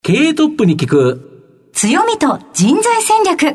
経営トップに聞く強みと人材戦略。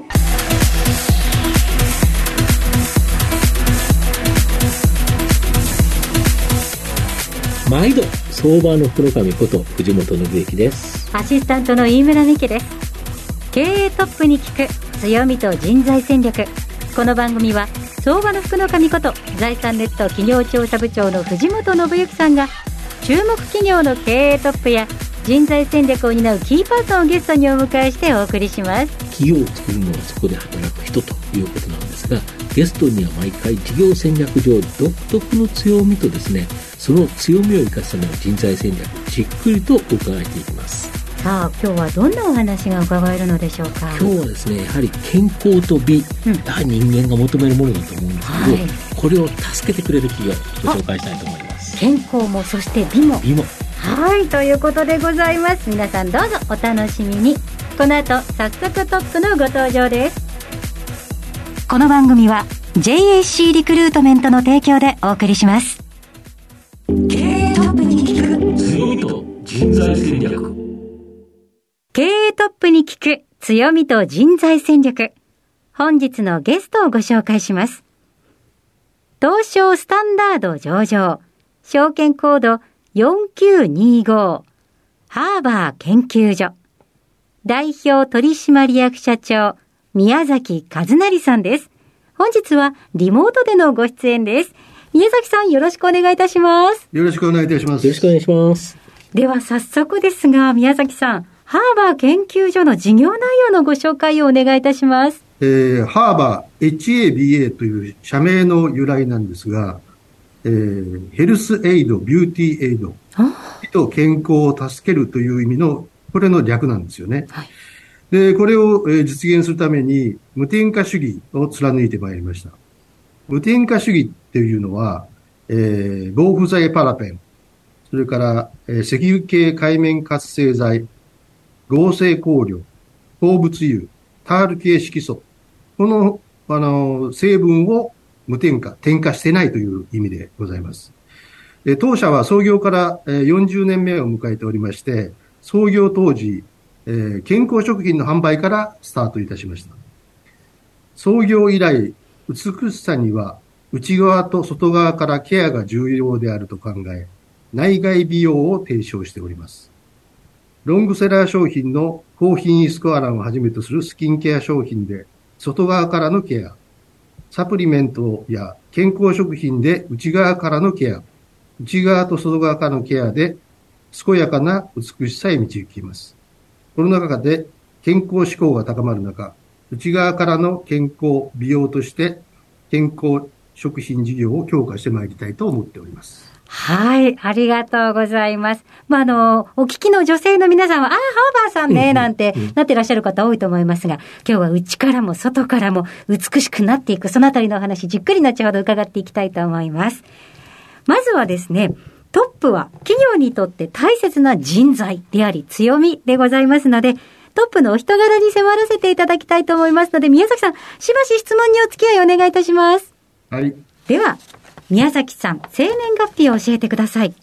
毎度相場の福の神こと藤本信之です。 アシスタントの飯村美希です。経営トップに聞く強みと人材戦略。この番組は相場の福の神こと財産ネット企業調査部長の藤本信之さんが注目企業の経営トップや人材戦略を担うキーパーソンをゲストにお迎えしてお送りします。 企業を作るのはそこで働く人ということなんですが、ゲストには毎回事業戦略上独特の強みとですね、その強みを生かすための人材戦略、じっくりとお伺いしていきます。 さあ、今日はどんなお話が伺えるのでしょうか。 今日はですね、やはり健康と美、やはり人間が求めるものだと思うんですけど、これを助けてくれる企業をご紹介したいと思います。 健康もそして美も。はい、ということでございます。皆さんどうぞお楽しみに。この後早速トップのご登場です。 この番組は JAC リクルートメントの提供でお送りします。経営トップに聞く強みと人材戦略。 経営トップに聞く強みと人材戦略。本日のゲストをご紹介します。東証スタンダード上場、証券コード4925ハーバー研究所代表取締役社長宮崎和成さんです。本日はリモートでのご出演です。宮崎さん、よろしくお願いいたします。 よろしくお願いいたします。 よろしくお願いします。 では早速ですが、宮崎さん、ハーバー研究所の事業内容のご紹介をお願いいたします。 ハーバー HABA という社名の由来なんですが、ヘルスエイド、ビューティーエイド、美と健康を助けるという意味の、これの略なんですよね。はい、で、これを実現するために、無添加主義を貫いてまいりました。無添加主義っていうのは、防腐剤パラペン、それから、石油系海面活性剤、合成香料、鉱物油、タール系色素、この、成分を無添加、添加してないという意味でございます。当社は創業から40年目を迎えておりまして、創業当時、健康食品の販売からスタートいたしました。創業以来、美しさには内側と外側からケアが重要であると考え、内外美容を提唱しております。ロングセラー商品の高品質コアランをはじめとするスキンケア商品で、外側からのケア、サプリメントや健康食品で内側からのケア、内側と外側からのケアで健やかな美しさへ導きます。この中で健康志向が高まる中、内側からの健康、美容として健康食品事業を強化してまいりたいと思っております。 はい、ありがとうございます。お聞きの女性の皆さんは、ハーバーさんね、なんてなってらっしゃる方多いと思いますが、今日は内からも外からも美しくなっていく、そのあたりのお話、じっくり後ほど伺っていきたいと思います。まずはですね、トップは企業にとって大切な人材であり強みでございますので、トップのお人柄に迫らせていただきたいと思いますので、宮崎さん、しばし質問にお付き合いお願いいたします。 はい。 では、宮崎さん、生年月日を教えてください。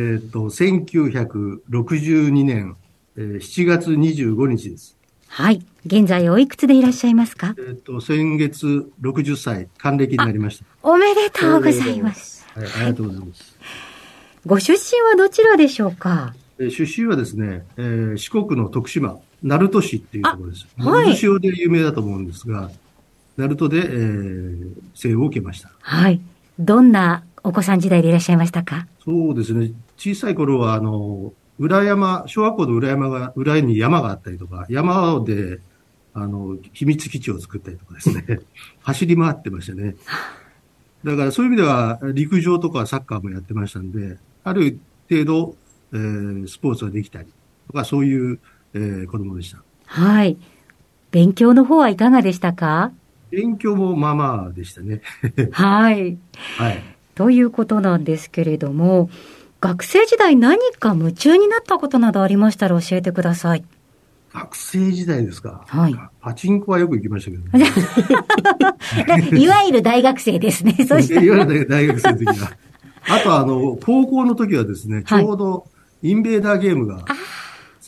1962年、7月25日です。 はい。現在おいくつでいらっしゃいますか？ 先月60歳、還暦になりました。 おめでとうございます。 はい、ありがとうございます。 ご出身はどちらでしょうか？ 出身はですね、四国の徳島、鳴門市っていうところです。 はい。 渦潮で有名だと思うんですが、鳴門で、生を受けました。 はい。どんなお子さん時代でいらっしゃいましたか？ そうですね。小さい頃は、裏山、小学校の裏に山があったりとか、山で、秘密基地を作ったりとかですね。走り回ってましたね。だからそういう意味では、陸上とかサッカーもやってましたんで、ある程度、スポーツができたりとか、そういう、子供でした。 はい。勉強の方はいかがでしたか？ 勉強もまあまあでしたね。 はい。 はい。 ということなんですけれども、学生時代何か夢中になったことなどありましたら教えてください。 学生時代ですか？ はい。 パチンコはよく行きましたけどね。 いわゆる大学生ですね。そしたら。 いわゆる大学生の時は。あと高校の時はですね、ちょうどインベーダーゲームが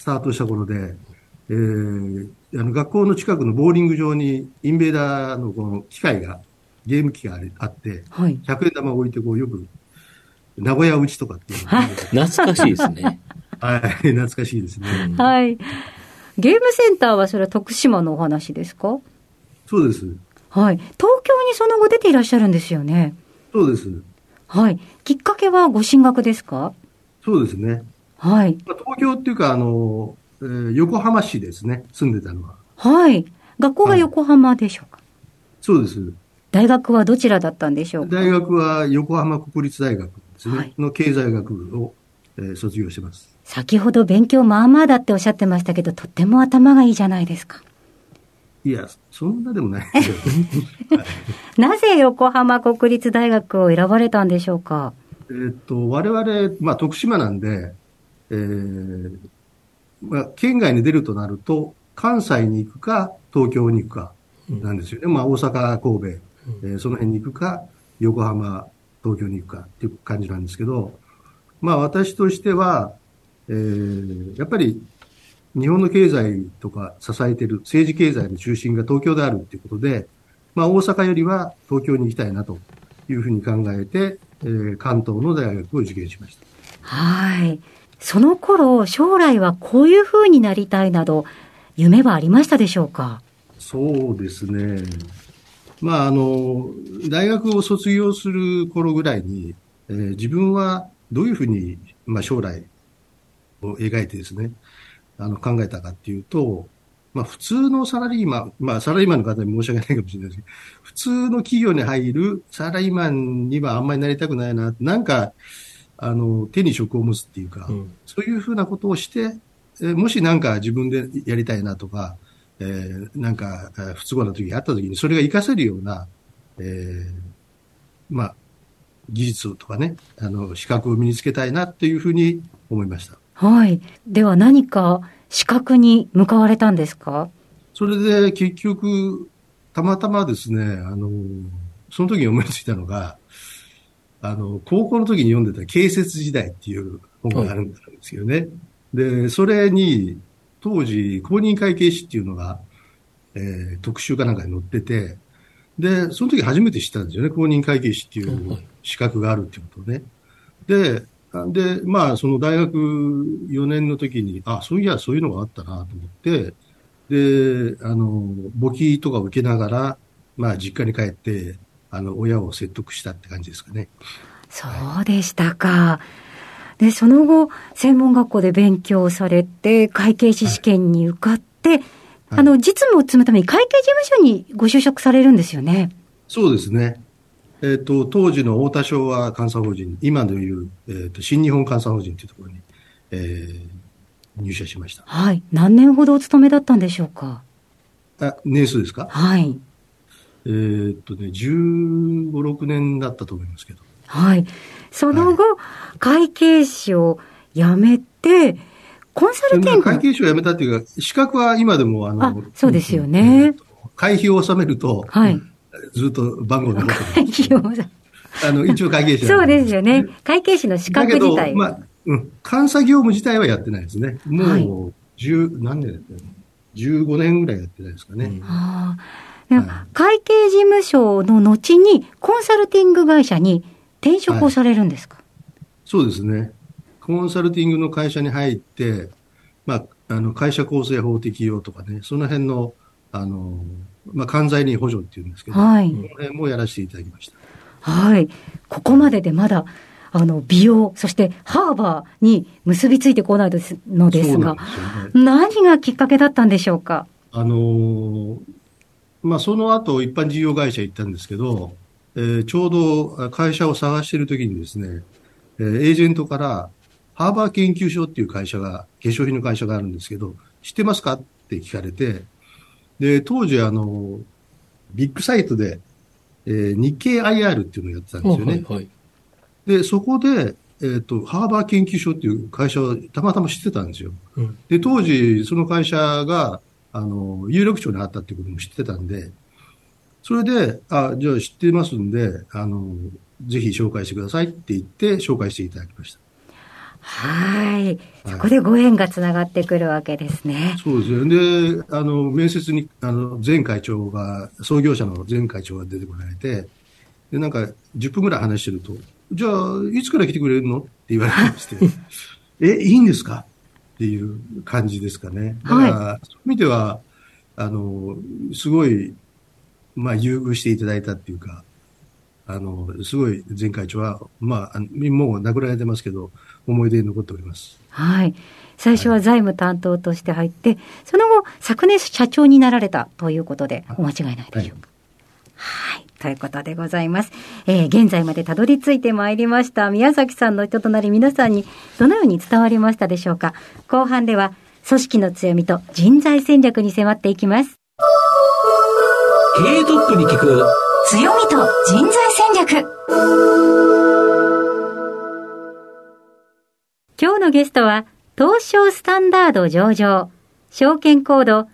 スタートした頃で、学校の近くのボーリング場にインベーダーのこの機械が、ゲーム機があって、はい、100円玉を置いてこうよく、名古屋打ちとかっていうのが、 懐かしいですね。 はい、懐かしいですね。 はい。ゲームセンターはそれは徳島のお話ですか？ そうです。 はい。東京にその後出ていらっしゃるんですよね。 そうです。 はい。きっかけはご進学ですか？ そうですね。 はい。 東京っていうか、横浜市ですね、住んでたのは。 はい。学校が横浜でしょうか？はい、 そうです。 大学はどちらだったんでしょうか？ 大学は横浜国立大学ですね、はい、の経済学部を、卒業してます。 先ほど勉強まあまあだっておっしゃってましたけど、とっても頭がいいじゃないですか。 いや、そんなでもないですよ、 はい、なぜ横浜国立大学を選ばれたんでしょうか？ 我々、徳島なんで、県外に出るとなると、関西に行くか、東京に行くか、なんですよね。大阪、神戸、その辺に行くか、横浜、東京に行くかっていう感じなんですけど、私としては、やっぱり日本の経済とか支えている政治経済の中心が東京であるっていうことで、大阪よりは東京に行きたいなというふうに考えて、関東の大学を受験しました。 はい。その頃、将来はこういうふうになりたいなど、夢はありましたでしょうか？ そうですね。大学を卒業する頃ぐらいに、自分はどういうふうに、将来を描いてですね、考えたかっていうと、普通のサラリーマン、サラリーマンの方に申し訳ないかもしれないですけど、普通の企業に入るサラリーマンにはあんまりなりたくないな、なんか、手に職を持つっていうか、そういうふうなことをして、もしなんか自分でやりたいなとか、なんか不都合な時があった時にそれが活かせるような、技術とかね、資格を身につけたいなっていうふうに思いました。 はい。では何か資格に向かわれたんですか？ それで結局、たまたまですね、その時に思いついたのが、高校の時に読んでた建設時代っていう本があるんですけどね。で、それに、当時、公認会計士っていうのが、特集かなんかに載ってて、で、その時初めて知ったんですよね。公認会計士っていう資格があるっていうことをね。で、その大学4年の時に、そういや、そういうのがあったなと思って、で、簿記とかを受けながら、実家に帰って、親を説得したって感じですかね。 そうでしたか。で、その後、専門学校で勉強されて、会計士試験に受かって、はい、実務を積むために会計事務所にご就職されるんですよね。 そうですね。当時の太田昭和監査法人、今のいう、新日本監査法人というところに、入社しました。 はい。何年ほどお勤めだったんでしょうか？ 年数ですか？ はい。 15、6年だったと思いますけど。 はい。その後、会計士を辞めて、コンサルティング。 会計士を辞めたっていうか、資格は今でもそうですよね。 会費を納めると、 はい。 ずっと番号が残ってる。会費を納め一応会計士そうですよね。会計士の資格自体。 監査業務自体はやってないですね。もう、何年やってるの ?15 年ぐらいやってないですかね。 会計事務所の後にコンサルティング会社に転職をされるんですか？ そうですね。コンサルティングの会社に入って、会社構成法適用とかね、その辺の、関西人補助っていうんですけど、はい。この辺もやらせていただきました。 はい。ここまででまだ、美容、そしてハーバーに結びついてこないのですが、何がきっかけだったんでしょうか？ その後一般事業会社行ったんですけど、ちょうど会社を探しているときにですね、エージェントからハーバー研究所っていう会社が、化粧品の会社があるんですけど、知ってますかって聞かれて、で、当時ビッグサイトで、日経 IR っていうのをやってたんですよね。はいはい、で、そこで、ハーバー研究所っていう会社をたまたま知ってたんですよ。うん、で、当時、その会社が、有力庁にあったっていうことも知ってたんで、それで、じゃあ知ってますんで、ぜひ紹介してくださいって言って紹介していただきました。 はい。そこでご縁がつながってくるわけですね。 そうですよ。で、面接に、前会長が、創業者の前会長が出てこられて、で、なんか、10分ぐらい話してると、じゃあ、いつから来てくれるのって言われまして、いいんですかっていう感じですかね。だから、はい、そういう意味では、すごい、優遇していただいたっていうか、すごい前会長は、もう亡くなられてますけど、思い出に残っております。 はい。最初は財務担当として入って、その後、昨年社長になられたということで、お間違いないでしょうか。はい。ということでございます。現在までたどり着いてまいりました。宮崎さんの人となり、皆さんにどのように伝わりましたでしょうか。後半では、組織の強みと人材戦略に迫っていきます。 経営トップに聞く強みと人材戦略。 今日のゲストは東証スタンダード上場証券コード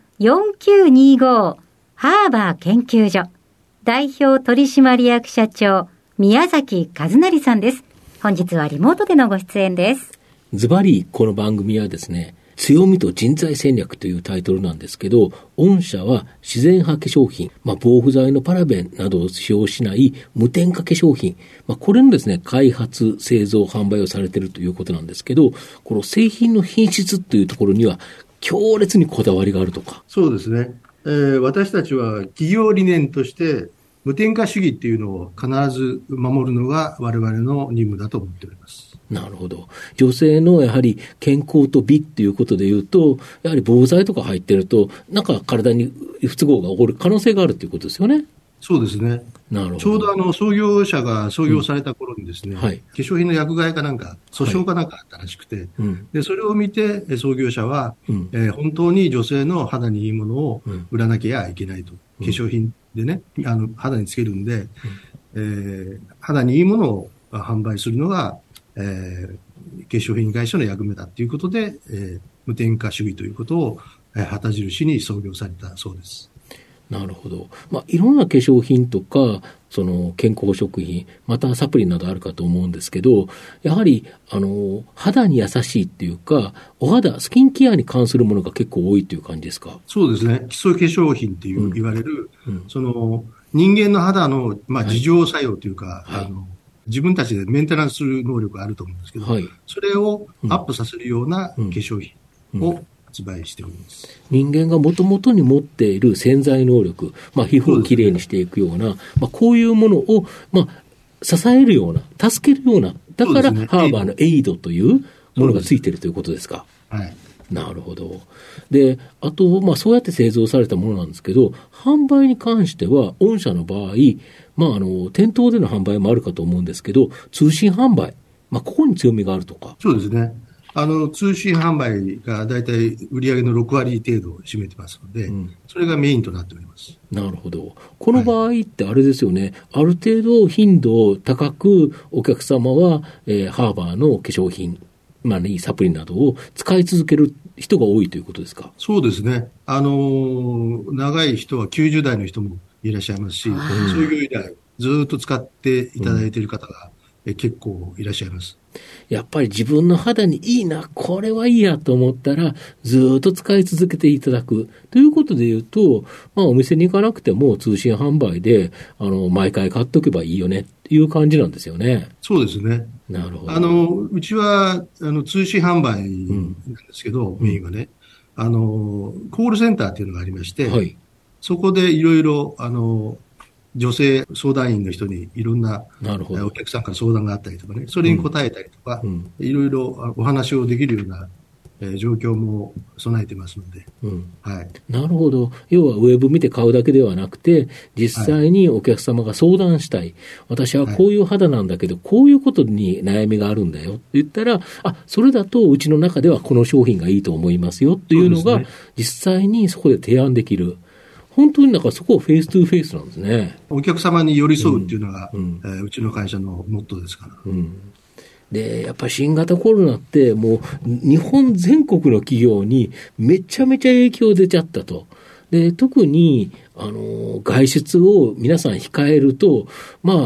4925ハーバー研究所代表取締役社長宮崎和成さんです。本日はリモートでのご出演です。 ズバリこの番組はですね、強みと人材戦略というタイトルなんですけど、御社は自然派化粧品、防腐剤のパラベンなどを使用しない無添加化粧品、これのですね、開発、製造、販売をされているということなんですけど、この製品の品質というところには強烈にこだわりがあるとか。 そうですね。私たちは企業理念として無添加主義っていうのを必ず守るのが我々の任務だと思っております。 なるほど。女性のやはり健康と美っていうことで言うと、やはり防剤とか入ってると、なんか体に不都合が起こる可能性があるということですよね。 そうですね。 なるほど。 ちょうど創業者が創業された頃にですね、 はい、 化粧品の薬害かなんか、訴訟かなんかあったらしくて、でそれを見て創業者は、本当に女性の肌にいいものを売らなきゃいけないと。化粧品でね、肌につけるんで、肌にいいものを販売するのが、化粧品会社の役目だということで、無添加主義ということを、旗印に創業されたそうです。 なるほど。いろんな化粧品とか、その健康食品、またサプリなどあるかと思うんですけど、やはり、肌に優しいっていうか、お肌、スキンケアに関するものが結構多いという感じですか？ そうですね。基礎化粧品って言われる、その、人間の肌の、自浄作用というか、自分たちでメンテナンスする能力があると思うんですけど、それをアップさせるような化粧品を発売しております。 人間がもともとに持っている潜在能力、皮膚をきれいにしていくような、こういうものを、支えるような、助けるような、だから、ハーバーのエイドというものがついているということですか。 はい。 なるほど。で、あと、そうやって製造されたものなんですけど、販売に関しては、御社の場合、店頭での販売もあるかと思うんですけど、通信販売、ここに強みがあるとか。 そうですね。通信販売がだいたい売上の6割程度を占めてますので、それがメインとなっております。 なるほど。この場合ってあれですよね、ある程度頻度高くお客様は、ハーバーの化粧品、サプリなどを使い続ける人が多いということですか？ そうですね。長い人は90代の人もいらっしゃいますし、創業以来ずっと使っていただいている方が、結構いらっしゃいます。 やっぱり自分の肌にいいな、これはいいやと思ったらずっと使い続けていただくということでいうと、お店に行かなくても通信販売で毎回買っとけばいいよねっていう感じなんですよね。 そうですね。 なるほど。 うちは通信販売なんですけど、メインはね、コールセンターっていうのがありまして、そこでいろいろ女性相談員の人にいろんなお客さんから相談があったりとかね、それに答えたりとか、いろいろお話をできるような、状況も備えてますので、 なるほど。要はウェブ見て買うだけではなくて、実際にお客様が相談したい、私はこういう肌なんだけど、こういうことに悩みがあるんだよって言ったら、それだとうちの中ではこの商品がいいと思いますよっていうのが、実際にそこで提案できる。本当にそこをフェイストゥフェイスなんですね。 お客様に寄り添うっていうのが、うちの会社のモットーですから。 で、やっぱり新型コロナってもう日本全国の企業にめちゃめちゃ影響出ちゃったと。で、特に外出を皆さん控えると、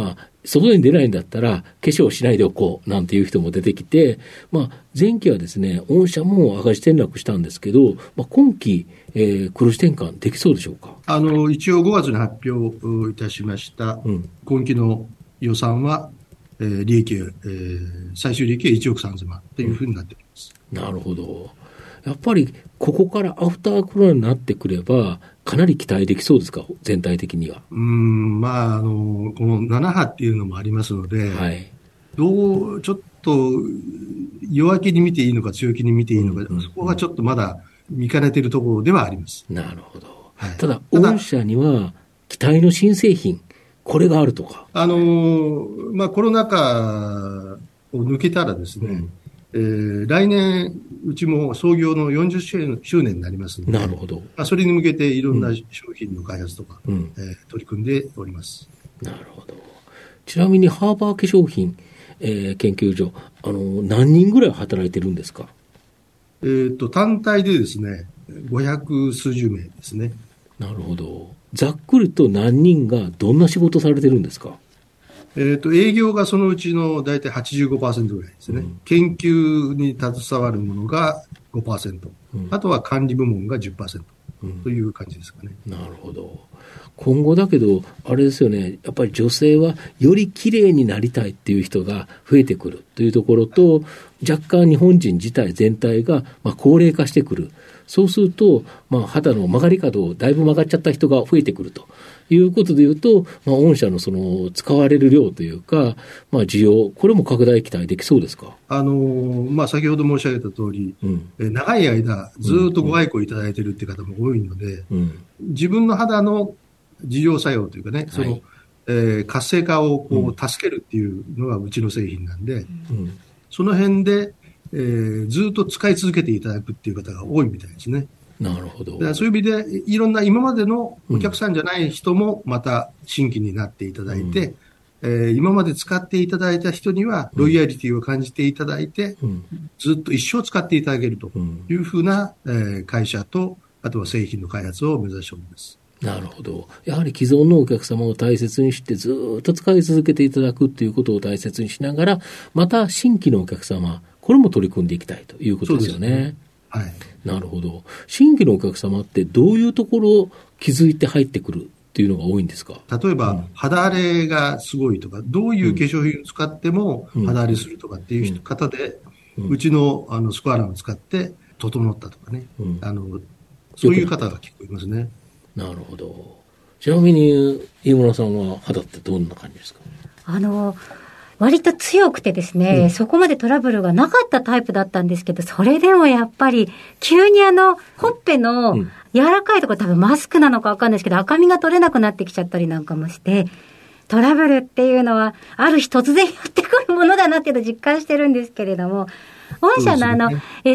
外に出ないんだったら化粧しないでおこうなんていう人も出てきて、前期はですね、御社も赤字転落したんですけど、今期、黒字転換できそうでしょうか。 一応5月に発表いたしました、今期の予算は、利益、最終利益は1億3000万というふうになっています。 なるほど。やっぱりここからアフターコロナになってくればかなり期待できそうですか、全体的には。 この7波っていうのもありますので、ちょっと弱気に見ていいのか強気に見ていいのか、そこがちょっとまだ見かねているところではあります。 なるほど。ただ御社には期待の新製品これがあるとか。 コロナ禍を抜けたらですね、来年うちも創業の40周年になりますので、 なるほど。 それに向けていろんな商品の開発とか、取り組んでおります。 なるほど。ちなみにハーバー化粧品、研究所、何人ぐらい働いてるんですか。 単体でですね、500数十名ですね。 なるほど。ざっくりと何人がどんな仕事されてるんですか。 営業がそのうちの大体 85% ぐらいですね。研究に携わるものが 5%、あとは管理部門が 10%、という感じですかね。 なるほど。今後だけど、あれですよね、やっぱり女性はより綺麗になりたいっていう人が増えてくるというところと、若干日本人自体全体が高齢化してくる。そうすると、肌の曲がり角をだいぶ曲がっちゃった人が増えてくるということでいうと、御社のその使われる量というか、需要、これも拡大期待できそうですか。 先ほど申し上げた通り、長い間ずっとご愛顧いただいているっていう方も多いので、自分の肌の需要作用というかね、活性化を助けるっていうのがうちの製品なんで、その辺で、ずっと使い続けていただくっていう方が多いみたいですね。 なるほど。 そういう意味で、いろんな今までのお客さんじゃない人もまた新規になっていただいて、今まで使っていただいた人にはロイヤリティを感じていただいて、ずっと一生使っていただけるというふうな、会社と、あとは製品の開発を目指しております。 なるほど。やはり既存のお客様を大切にしてずっと使い続けていただくということを大切にしながら、また新規のお客様、これも取り組んでいきたいということですよね。 はい。 なるほど。新規のお客様ってどういうところを気づいて入ってくるっていうのが多いんですか。 例えば、肌荒れがすごいとか、どういう化粧品を使っても肌荒れするとかっていう方で、うちのスコアランを使って整ったとかね、そういう方が結構いますね。 なるほど。ちなみに飯村さんは肌ってどんな感じですか。 割と強くてですね、そこまでトラブルがなかったタイプだったんですけど、それでもやっぱり急にほっぺの柔らかいところ、多分マスクなのかわかんないですけど、赤みが取れなくなってきちゃったりなんかもして、トラブルっていうのはある日突然やってくるものだなっていうのを実感してるんですけれども、御社の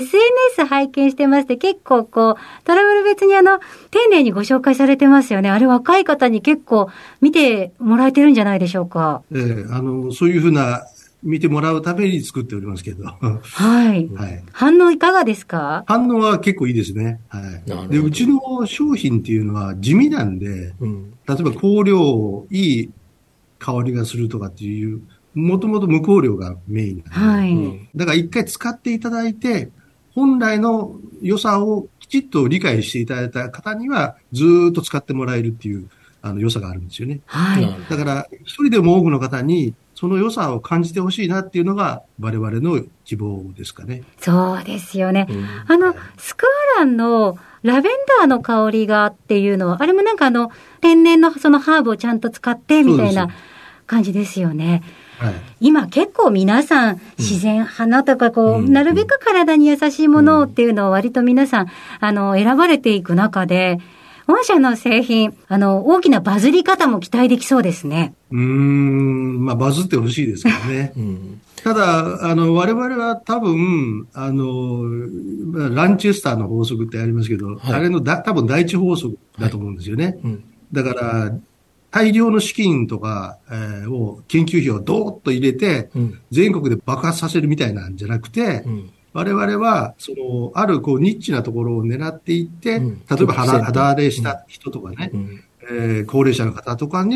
SNS 拝見してまして、結構トラブル別に丁寧にご紹介されてますよね。あれ若い方に結構見てもらえてるんじゃないでしょうか。 そういうふうな見てもらうために作っておりますけど。 はい。反応いかがですか。 反応は結構いいですね。で、うちの商品っていうのは地味なんで、例えば香料、いい香りがするとかっていう、もともと無香料がメインなんで、だから一回使っていただいて、本来の良さをきちっと理解していただいた方には、ずーっと使ってもらえるっていう良さがあるんですよね。だから、一人でも多くの方に、その良さを感じてほしいなっていうのが、我々の希望ですかね。 そうですよね。スクワランのラベンダーの香りがっていうのは、あれもなんか天然のそのハーブをちゃんと使ってみたいな感じですよね。今結構皆さん自然花とかなるべく体に優しいものっていうのを割と皆さん選ばれていく中で、御社の製品大きなバズり方も期待できそうですね。 バズってほしいですけどね。ただ我々は多分ランチェスターの法則ってありますけど、あれの多分第一法則だと思うんですよね。だから大量の資金とか、を研究費をドーッと入れて、全国で爆発させるみたいなんじゃなくて、我々はあるニッチなところを狙っていって、例えば肌荒れした人とかね、高齢者の方とかに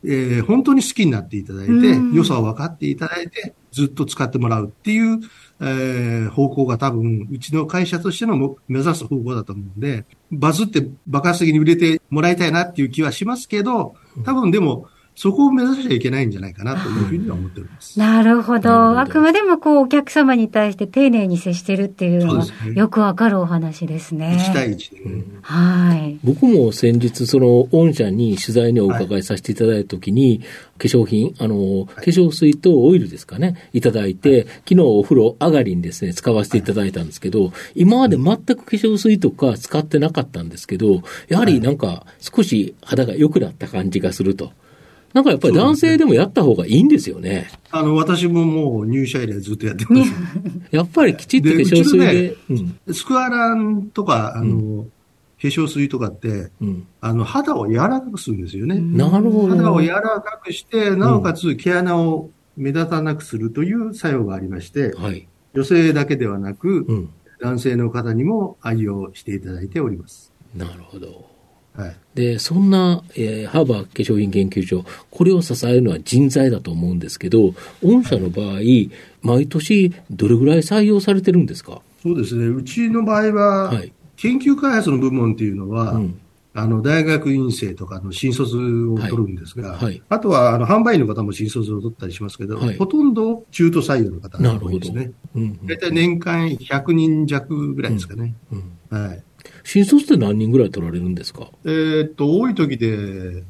本当に好きになっていただいて、良さを分かっていただいて、ずっと使ってもらうっていう、方向が多分、うちの会社としての目指す方向だと思うんで、バズって爆発的に売れてもらいたいなっていう気はしますけど、多分でも、そこを目指しちゃいけないんじゃないかなというふうには思っております。 なるほど。あくまでもお客様に対して丁寧に接してるっていうのは、よくわかるお話ですね。 1対1でね。 はい。 僕も先日、御社に取材にお伺いさせていただいたときに、化粧品、化粧水とオイルですかね、いただいて、昨日お風呂上がりにですね、使わせていただいたんですけど、今まで全く化粧水とか使ってなかったんですけど、やはりなんか少し肌が良くなった感じがすると。なんかやっぱり男性でもやった方がいいんですよね。 私ももう入社以来ずっとやってます。 やっぱりきちっと化粧水で。 スクワランとか、化粧水とかって、肌を柔らかくするんですよね。 なるほど。 肌を柔らかくして、なおかつ毛穴を目立たなくするという作用がありまして、女性だけではなく、男性の方にも愛用していただいております。 なるほど。はい、でそんな、ハーバー化粧品研究所、これを支えるのは人材だと思うんですけど、御社の場合、毎年どれぐらい採用されてるんですか？ そうですね、うちの場合は、研究開発の部門っていうのは、大学院生とかの新卒を取るんですが、あとは販売員の方も新卒を取ったりしますけど、ほとんど中途採用の方が多いですね。大体年間100人弱ぐらいですかね。 新卒って何人ぐらい取られるんですか？ 多い時で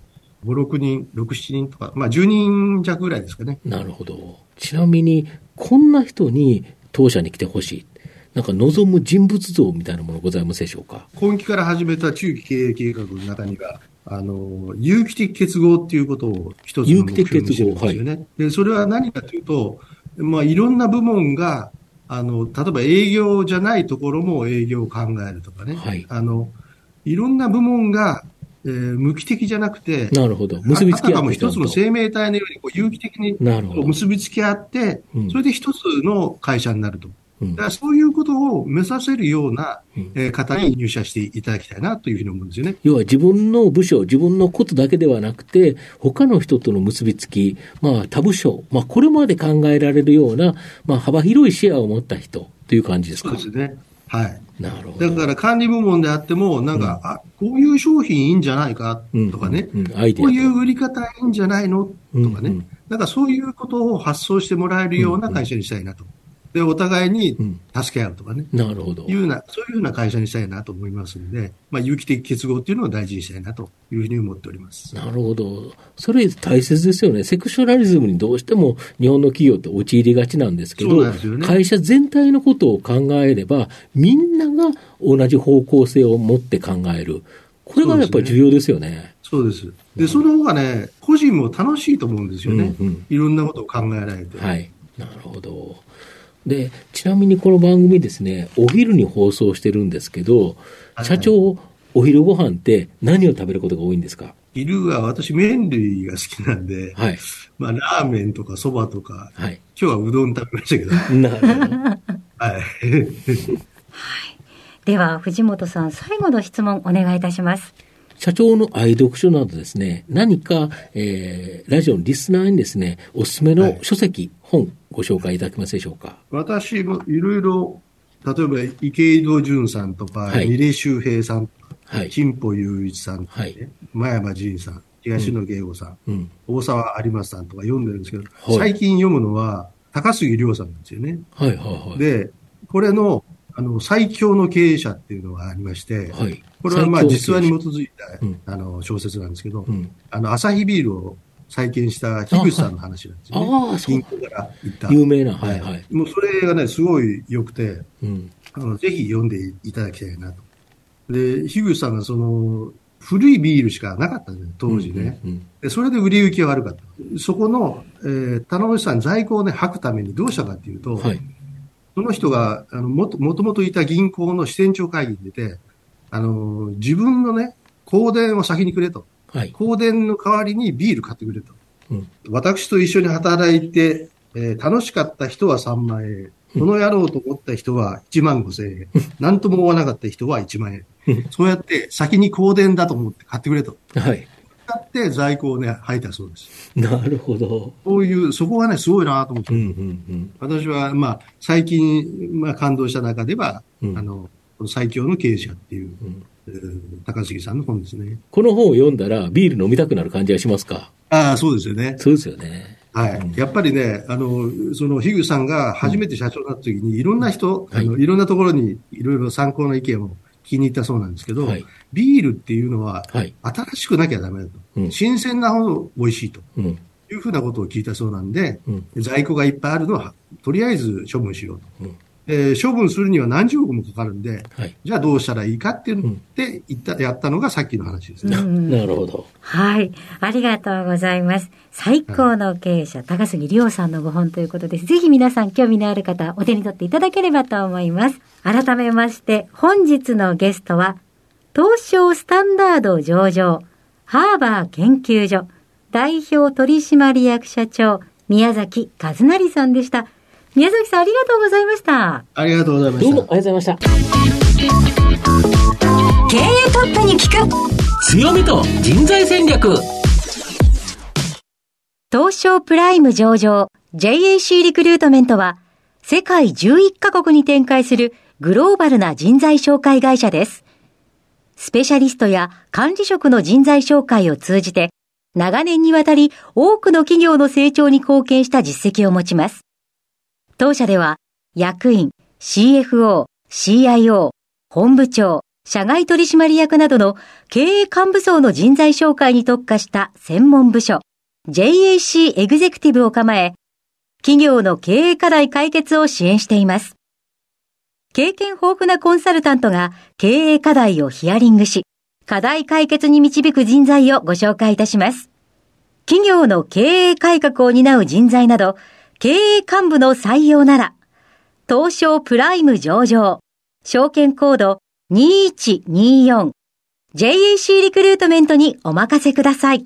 5、6人、6、7人とか、10人弱ぐらいですかね。 なるほど。ちなみに、こんな人に当社に来てほしい。なんか望む人物像みたいなものございますでしょうか？ 今期から始めた中期経営計画の中には、有機的結合っていうことを一つの目標にしてるんですよね。で、それは何かというと、いろんな部門が、例えば営業じゃないところも営業を考えるとかね。いろんな部門が、無機的じゃなくて、 なるほど。結びつき合って。 あたかも一つの生命体のように有機的に結びつき合って、それで一つの会社になると。だからそういうことを目指せるような、方に入社していただきたいなというふうに思うんですよね。 要は自分の部署、自分のことだけではなくて、他の人との結びつき、他部署、これまで考えられるような、幅広い視野を持った人という感じですか？ そうですね。はい。 なるほど。 だから管理部門であっても、こういう商品いいんじゃないかとかね、こういう売り方いいんじゃないのとかね、そういうことを発想してもらえるような会社にしたいなと。で、お互いに助け合うとかね。 なるほど。 そういうふうな会社にしたいなと思いますので、有機的結合っていうのを大事にしたいなというふうに思っております。 なるほど。それ大切ですよね。セクシュラリズムにどうしても日本の企業って陥りがちなんですけど、そうなんですよね。会社全体のことを考えれば、みんなが同じ方向性を持って考える。これがやっぱり重要ですよね。 そうです。で、その方がね、個人も楽しいと思うんですよね。いろんなことを考えられて。 はい。なるほど。で、ちなみにこの番組ですね、お昼に放送してるんですけど、社長、お昼ご飯って何を食べることが多いんですか？ 昼は私麺類が好きなんで、ラーメンとかそばとか、今日はうどん食べましたけど。 なるほど。 はい。では、藤本さん、最後の質問お願いいたします。 社長の愛読書などですね、何か、ラジオのリスナーにですね、おすすめの書籍、本、ご紹介いただけますでしょうか？ 私もいろいろ、例えば池井戸潤さんとか、三出周平さんとか、陳保雄一さんとか、真山仁さん、東野圭吾さん、大沢有馬さんとか読んでるんですけど、最近読むのは高杉亮さんなんですよね。で、これの最強の経営者っていうのがありまして、これは実話に基づいた、小説なんですけど、アサヒビールを再建した樋口さんの話なんですよね。銀行から行った。 有名な、 もうそれがね、すごい良くて、ぜひ読んでいただきたいなと。で、樋口さんが古いビールしかなかったんですよ、当時ね。でそれで売り行きが悪かった。そこの、棚橋さん在庫をね、吐くためにどうしたかっていうと、その人が、もともといた銀行の支店長会議に出て、自分のね、香典を先にくれと。香典の代わりにビール買ってくれと。私と一緒に働いて、楽しかった人は3万円。この野郎と思った人は1万5千円。何とも思わなかった人は1万円。そうやって先に香典だと思って買ってくれと。 って在庫をね、吐いたそうです。 なるほど。 そういう、そこがね、すごいなと思って。私は、最近、感動した中では、最強の経営者っていう、高杉さんの本ですね。 この本を読んだら、ビール飲みたくなる感じがしますか？ そうですよね。 そうですよね。 はい。やっぱりね、その樋口さんが初めて社長になった時に、いろんな人、いろんなところにいろいろ参考の意見を聞きに行ったそうなんですけど、ビールっていうのは、新しくなきゃダメだと。新鮮なほど美味しいと。いうふうなことを聞いたそうなんで、在庫がいっぱいあるのは、とりあえず処分しようと。処分するには何十億もかかるんで、じゃあどうしたらいいかって言ってやったのがさっきの話ですね。 なるほど。 はい。ありがとうございます。最高の経営者、高杉亮さんのご本ということです。ぜひ皆さん興味のある方、お手に取っていただければと思います。改めまして、本日のゲストは、東証スタンダード上場、ハーバー研究所、代表取締役社長、宮崎和成さんでした。宮崎さん、ありがとうございました。 ありがとうございました。 どうもありがとうございました。 経営トップに聞く強みと人材戦略。 東証プライム上場 JAC リクルートメントは世界11カ国に展開するグローバルな人材紹介会社です。スペシャリストや管理職の人材紹介を通じて長年にわたり多くの企業の成長に貢献した実績を持ちます。当社では役員、CFO、CIO、本部長、社外取締役などの経営幹部層の人材紹介に特化した専門部署、JAC エグゼクティブを構え、企業の経営課題解決を支援しています。経験豊富なコンサルタントが経営課題をヒアリングし、課題解決に導く人材をご紹介いたします。企業の経営改革を担う人材など、経営幹部の採用なら、東証プライム上場、証券コード2124、JAC リクルートメントにお任せください。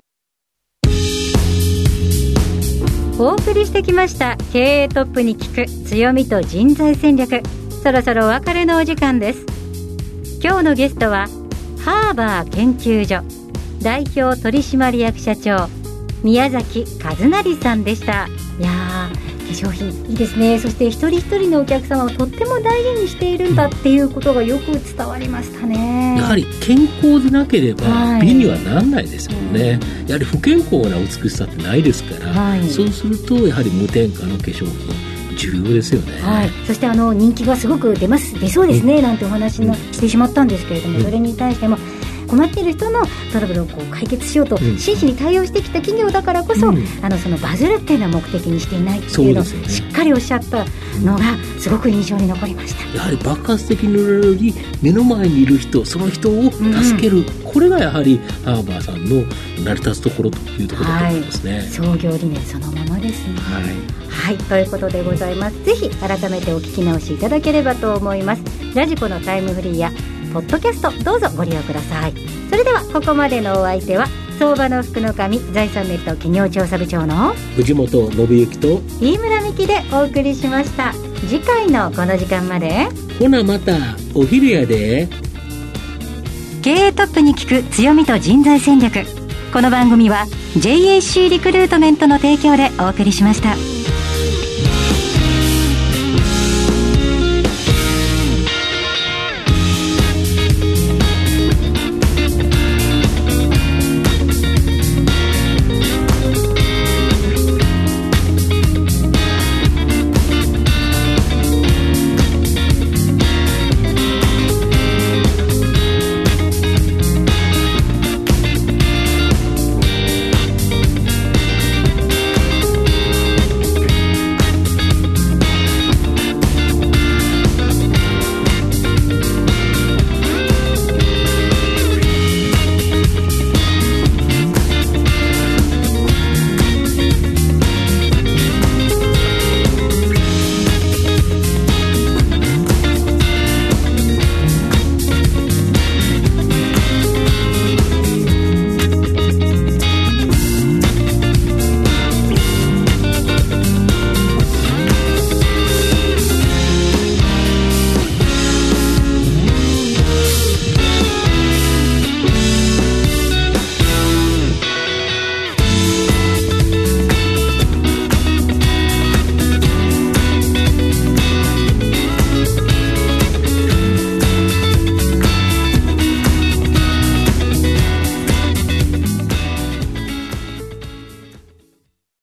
お送りしてきました経営トップに聞く強みと人材戦略。そろそろお別れのお時間です。今日のゲストはハーバー研究所代表取締役社長宮崎和成さんでした。いやー、化粧品いいですね。そして一人一人のお客様をとっても大事にしているんだっていうことがよく伝わりましたね。 やはり健康でなければ美にはならないですもんね。やはり不健康な美しさってないですから、そうするとやはり無添加の化粧品重要ですよね。 そして人気がすごく出そうですね、なんてお話にしてしまったんですけれども、それに対しても困っている人のトラブルを解決しようと真摯に対応してきた企業だからこそ、そのバズるっていうのは目的にしていないっていうのをしっかりおっしゃったのがすごく印象に残りました。 やはり爆発的に売れるより目の前にいる人、その人を助ける、これがやはりハーバーさんの成り立つところというところだと思いますね。 創業理念そのままですね。ということでございます。ぜひ改めてお聞き直しいただければと思います。ラジコのタイムフリーやポッドキャストどうぞご利用ください。それではここまでのお相手は相場の福の神財産ネット企業調査部長の藤本信之と飯村美希でお送りしました。次回のこの時間までほなまたお昼やで。 経営トップに聞く強みと人材戦略。この番組は JAC リクルートメントの提供でお送りしました。